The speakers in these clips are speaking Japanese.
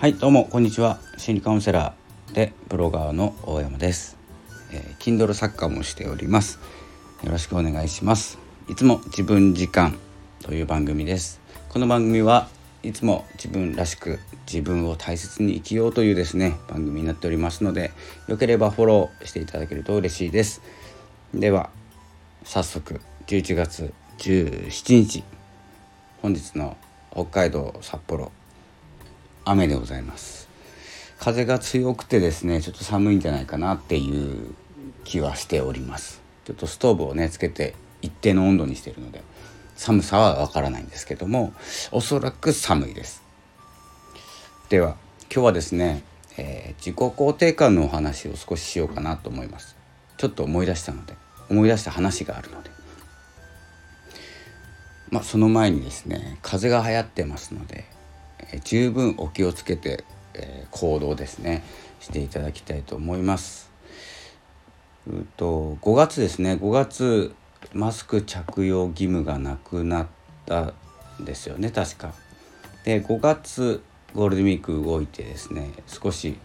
はい、どうもこんにちは。心理カウンセラーでブロガーの大山です。Kindle 作家もしております。よろしくお願いします。いつも自分時間という番組です。この番組はいつも自分らしく自分を大切に生きようというですね番組になっておりますので、よければフォローしていただけると嬉しいです。では早速11月17日、本日の北海道札幌雨でございます。風が強くてですね、ちょっと寒いんじゃないかなっていう気はしております。ちょっとストーブをねつけて一定の温度にしているので寒さはわからないんですけども、おそらく寒いです。では今日はですね、自己肯定感のお話を少ししようかなと思います。ちょっと思い出した話があるので、その前にですね、風邪が流行ってますので、十分お気をつけて、行動ですねしていただきたいと思います。5月ですね、5月マスク着用義務がなくなったんですよね、確か。で5月ゴールデンウィーク動いてですね、少し、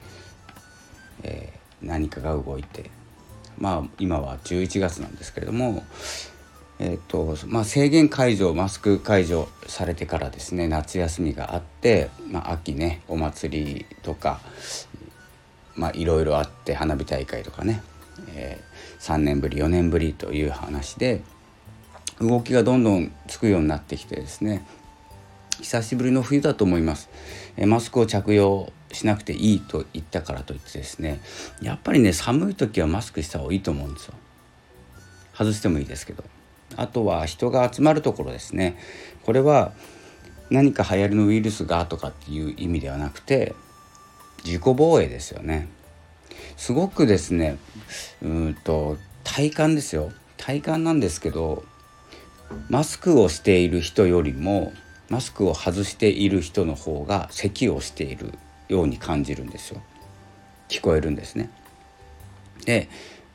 何かが動いて、今は11月なんですけれども、制限解除、マスク解除されてからですね、夏休みがあって、秋ね、お祭りとかいろいろあって、花火大会とかね、3年ぶり4年ぶりという話で動きがどんどんつくようになってきてですね、久しぶりの冬だと思います。マスクを着用しなくていいと言ったからといってですね、やっぱりね、寒い時はマスクした方がいいと思うんですよ。外してもいいですけど、あとは人が集まるところですね。これは何か流行りのウイルスがとかっていう意味ではなくて、自己防衛ですよね。すごくですね、体感ですよ。体感なんですけど、マスクをしている人よりもマスクを外している人の方が咳をしているように感じるんですよ。聞こえるんですね。で、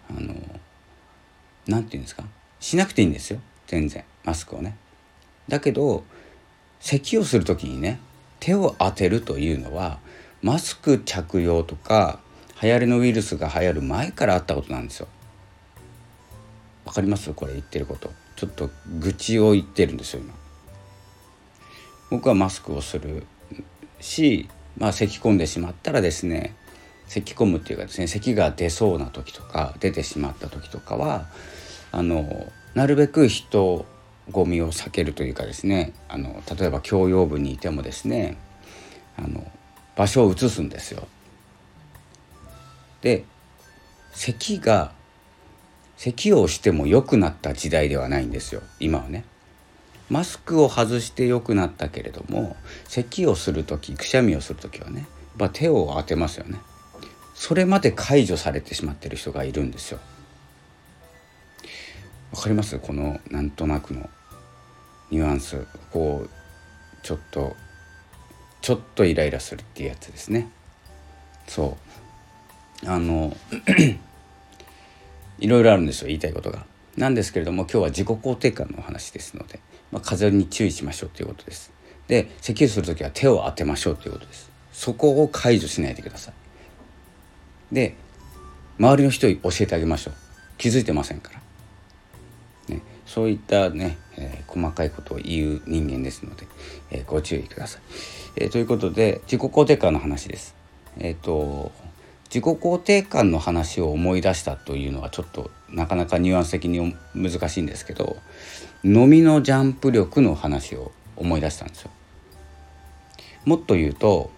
なんていうんですか、しなくていいんですよ、全然マスクをね。だけど咳をするときにね、手を当てるというのはマスク着用とか流行りのウイルスが流行る前からあったことなんですよ。わかります？これ言ってること。ちょっと愚痴を言ってるんですよ今。僕はマスクをするし、咳き込んでしまったらですね、咳き込むっていうかですね、咳が出そうな時とか出てしまった時とかはなるべく人混みを避けるというかですね、例えば共用部にいてもですね、場所を移すんですよ。で、咳をしても良くなった時代ではないんですよ今はね。マスクを外して良くなったけれども、咳をするとき、くしゃみをするときはね、手を当てますよね。それまで解除されてしまっている人がいるんですよ。わかります？このなんとなくのニュアンス。ちょっとイライラするっていうやつですね。いろいろあるんですよ、言いたいことが。なんですけれども、今日は自己肯定感のお話ですので、風邪に注意しましょうということです。で、咳をするときは手を当てましょうということです。そこを解除しないでください。で、周りの人に教えてあげましょう。気づいてませんから、ね、そういったね、細かいことを言う人間ですので、ご注意ください。ということで、自己肯定感の話です。自己肯定感の話を思い出したというのはちょっとなかなかニュアンス的に難しいんですけど、飲みのジャンプ力の話を思い出したんですよ。もっと言うと、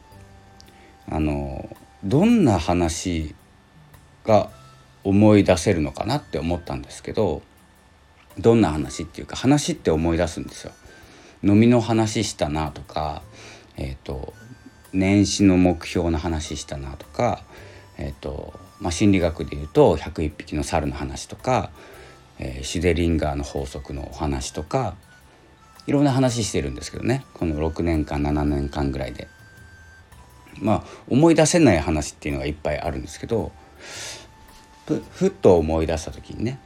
どんな話が思い出せるのかなって思ったんですけど、どんな話っていうか、話って思い出すんですよ。飲みの話したなとか、年始の目標の話したなとか、心理学でいうと101匹の猿の話とか、シュデリンガーの法則のお話とか、いろんな話してるんですけどね、この6年間7年間ぐらいで。思い出せない話っていうのがいっぱいあるんですけど、ふっと思い出した時にね、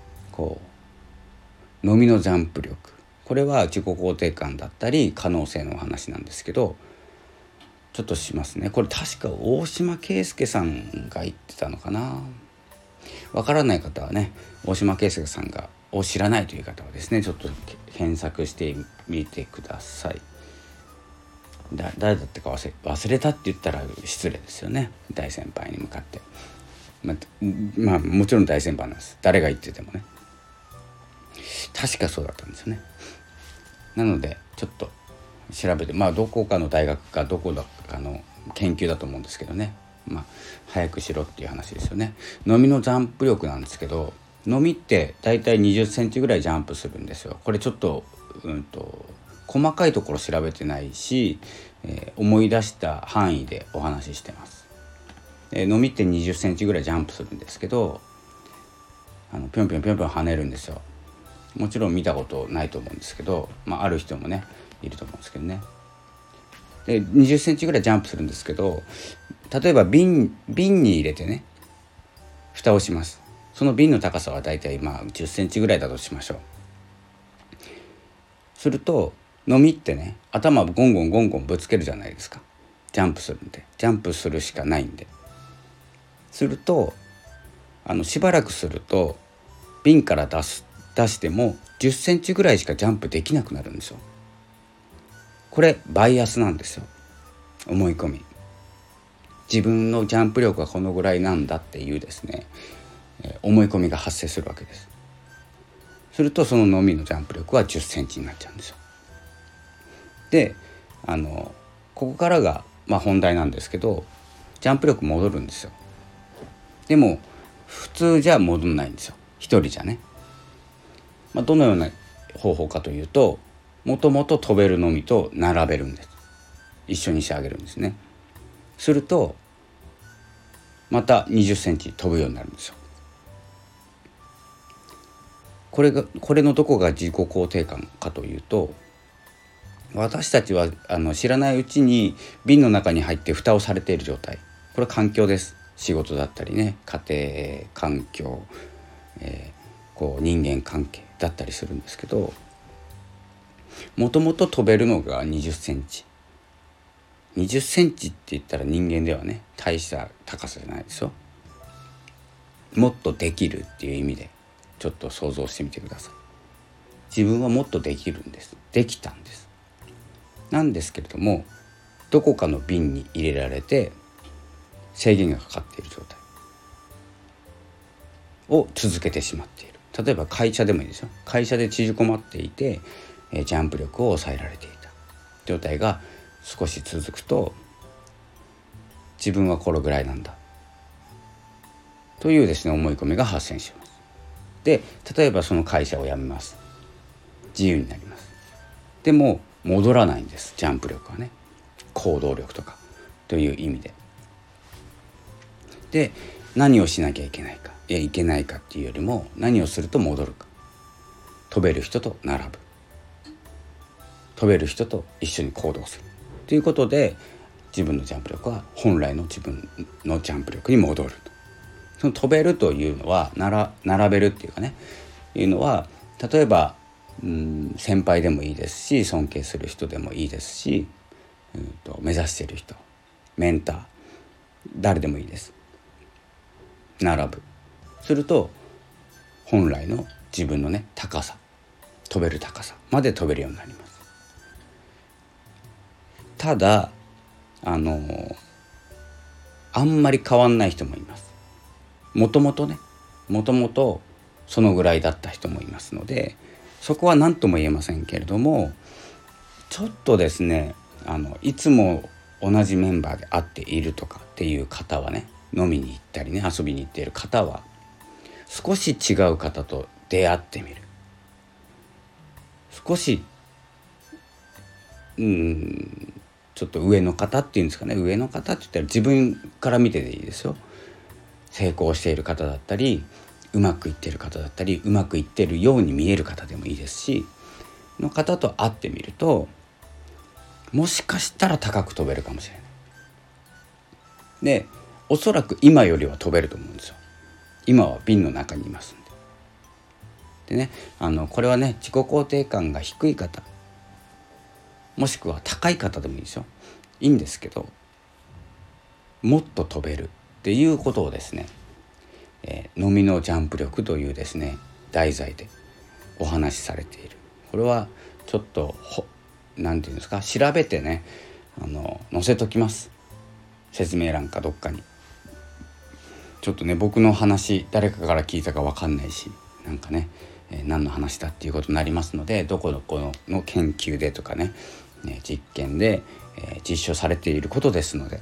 飲みのジャンプ力、これは自己肯定感だったり可能性の話なんですけど、 ちょっとしますね。これ確か大島圭介さんが言ってたのかな。わからない方はね、大島圭介さんを知らないという方はですね、ちょっと検索してみてください。誰だったか忘れたって言ったら失礼ですよね、大先輩に向かって。まあもちろん大先輩なんです、誰が言っててもね。確かそうだったんですよね。なのでちょっと調べて、どこかの大学かどこかの研究だと思うんですけどね、早くしろっていう話ですよね。のみのジャンプ力なんですけど、のみってだいたい20センチぐらいジャンプするんですよ。これちょっと細かいところ調べてないし、思い出した範囲でお話ししてます。のみって20センチぐらいジャンプするんですけど、ぴょんぴょんぴょんぴょん跳ねるんですよ。もちろん見たことないと思うんですけど、ある人もねいると思うんですけどね。で20センチぐらいジャンプするんですけど、例えば瓶に入れてね蓋をします。その瓶の高さはだいたい10センチぐらいだとしましょう。するとのみってね、頭をゴンゴンゴンゴンぶつけるじゃないですか。ジャンプするんで、ジャンプするしかないんで。するとしばらくすると瓶から出しても10センチぐらいしかジャンプできなくなるんですよ。これバイアスなんですよ。思い込み。自分のジャンプ力がこのぐらいなんだっていうですね、思い込みが発生するわけです。するとそののみのジャンプ力は10センチになっちゃうんですよ。でここからが本題なんですけど、ジャンプ力戻るんですよ。でも普通じゃ戻んないんですよ、一人じゃね。どのような方法かというと、もともと飛べるのみと並べるんです。一緒にしてあげるんですね。するとまた20センチ飛ぶようになるんですよ。これのどこが自己肯定感かというと、私たちは知らないうちに瓶の中に入って蓋をされている状態。これは環境です。仕事だったりね、家庭環境、人間関係だったりするんですけど、もともと飛べるのが20センチ。20センチって言ったら人間ではね大した高さじゃないですよ。もっとできるっていう意味でちょっと想像してみてください。自分はもっとできるんです。できたんです。なんですけれども、どこかの瓶に入れられて制限がかかっている状態を続けてしまっている。例えば会社でもいいですよ。会社で縮こまっていて、ジャンプ力を抑えられていた状態が少し続くと、自分はこれぐらいなんだというですね思い込みが発生します。で例えばその会社を辞めます。自由になります。でも戻らないんです、ジャンプ力はね、行動力とかという意味で。で何をしなきゃいけないかいけないかっていうよりも、何をすると戻るか。飛べる人と並ぶ、飛べる人と一緒に行動するということで、自分のジャンプ力は本来の自分のジャンプ力に戻ると。その飛べるというのは並べるっていうかね、いうのは例えば先輩でもいいですし、尊敬する人でもいいですし、目指している人、メンター、誰でもいいです。並ぶ。すると本来の自分のね高さ、飛べる高さまで飛べるようになります。ただあんまり変わんない人もいます。もともとそのぐらいだった人もいますので、そこは何とも言えませんけれども、ちょっとですねいつも同じメンバーで会っているとかっていう方はね、飲みに行ったりね遊びに行っている方は少し違う方と出会ってみる。少しちょっと上の方っていうんですかね、上の方って言ったら自分から見てでいいですよ。成功している方だったり、うまくいっている方だったり、うまくいっているように見える方でもいいですし、の方と会ってみると、もしかしたら高く飛べるかもしれない。で、おそらく今よりは飛べると思うんですよ。今は瓶の中にいますんで。でね、これはね自己肯定感が低い方、もしくは高い方でもいいですよ。いいんですけど、 もっと飛べるっていうことをですね、ノミのジャンプ力というですね題材でお話しされている。これはちょっとなんていうんですか、調べてね載せときます、説明欄かどっかに。ちょっとね僕の話誰かから聞いたか分かんないし、なんかね、何の話だっていうことになりますので、どこの研究でとかね、実験で、実証されていることですので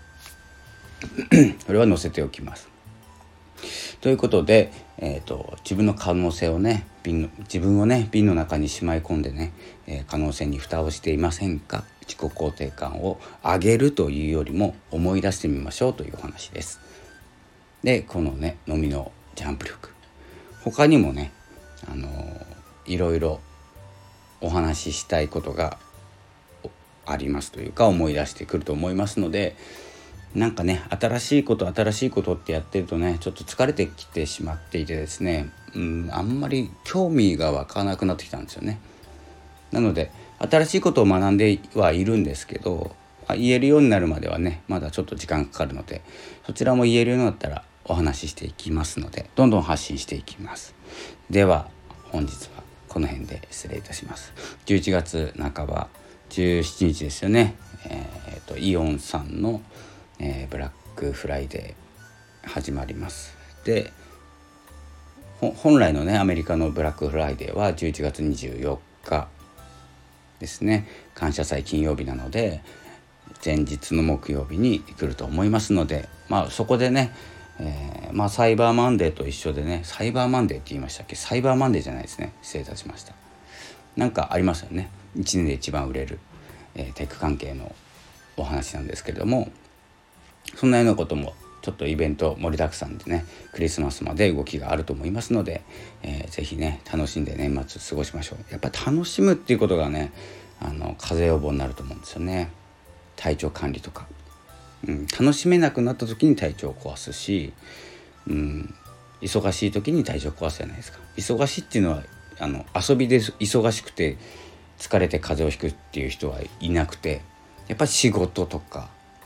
これは載せておきます。ということで、自分の可能性をね自分をね瓶の中にしまい込んでね、可能性に蓋をしていませんか。自己肯定感を上げるというよりも思い出してみましょうというお話です。でこのねノミのジャンプ力、他にもねいろいろお話ししたいことがありますというか、思い出してくると思いますので、なんかね新しいことってやってるとねちょっと疲れてきてしまっていてですね、あんまり興味が湧かなくなってきたんですよね。なので新しいことを学んではいるんですけど、言えるようになるまではねまだちょっと時間かかるので、そちらも言えるようになったらお話ししていきますので、どんどん発信していきます。では本日はこの辺で失礼いたします。11月半ば17日ですよね。イオンさんの、ブラックフライデー始まります。で本来のねアメリカのブラックフライデーは11月24日ですね。感謝祭金曜日なので前日の木曜日に来ると思いますので、そこでね、サイバーマンデーと一緒でね、サイバーマンデーって言いましたっけ？サイバーマンデーじゃないですね、失礼いたしました。なんかありますよね、1年で一番売れる、テック関係のお話なんですけれども、そんなようなこともちょっとイベント盛りだくさんでね、クリスマスまで動きがあると思いますので、ぜひね楽しんで年末過ごしましょう。やっぱり楽しむっていうことがね風邪予防になると思うんですよね。体調管理とか、楽しめなくなった時に体調を壊すし、忙しい時に体調を壊すじゃないですか。忙しいっていうのは遊びで忙しくて疲れて風邪をひくっていう人はいなくて、やっぱり仕事とか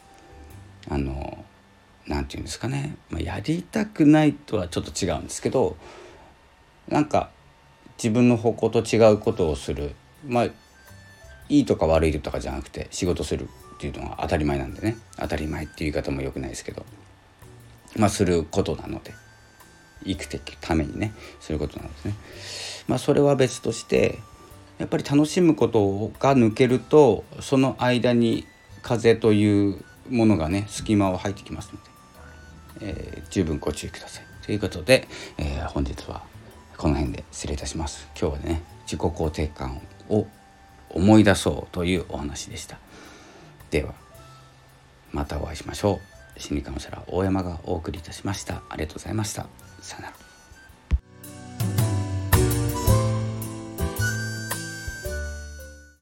なんていうんですかね、やりたくないとはちょっと違うんですけど、なんか自分の方向と違うことをする、いいとか悪いとかじゃなくて仕事するっていうのは当たり前なんでね、当たり前っていう言い方も良くないですけど、することなので、生きていくためにねすることなんですね。それは別として、やっぱり楽しむことが抜けると、その間に風というものがね隙間を入ってきますので、十分ご注意くださいということで、本日はこの辺で失礼いたします。今日はね自己肯定感を思い出そうというお話でした。ではまたお会いしましょう。心理カウンセラー大山がお送りいたしました。ありがとうございました。さよなら。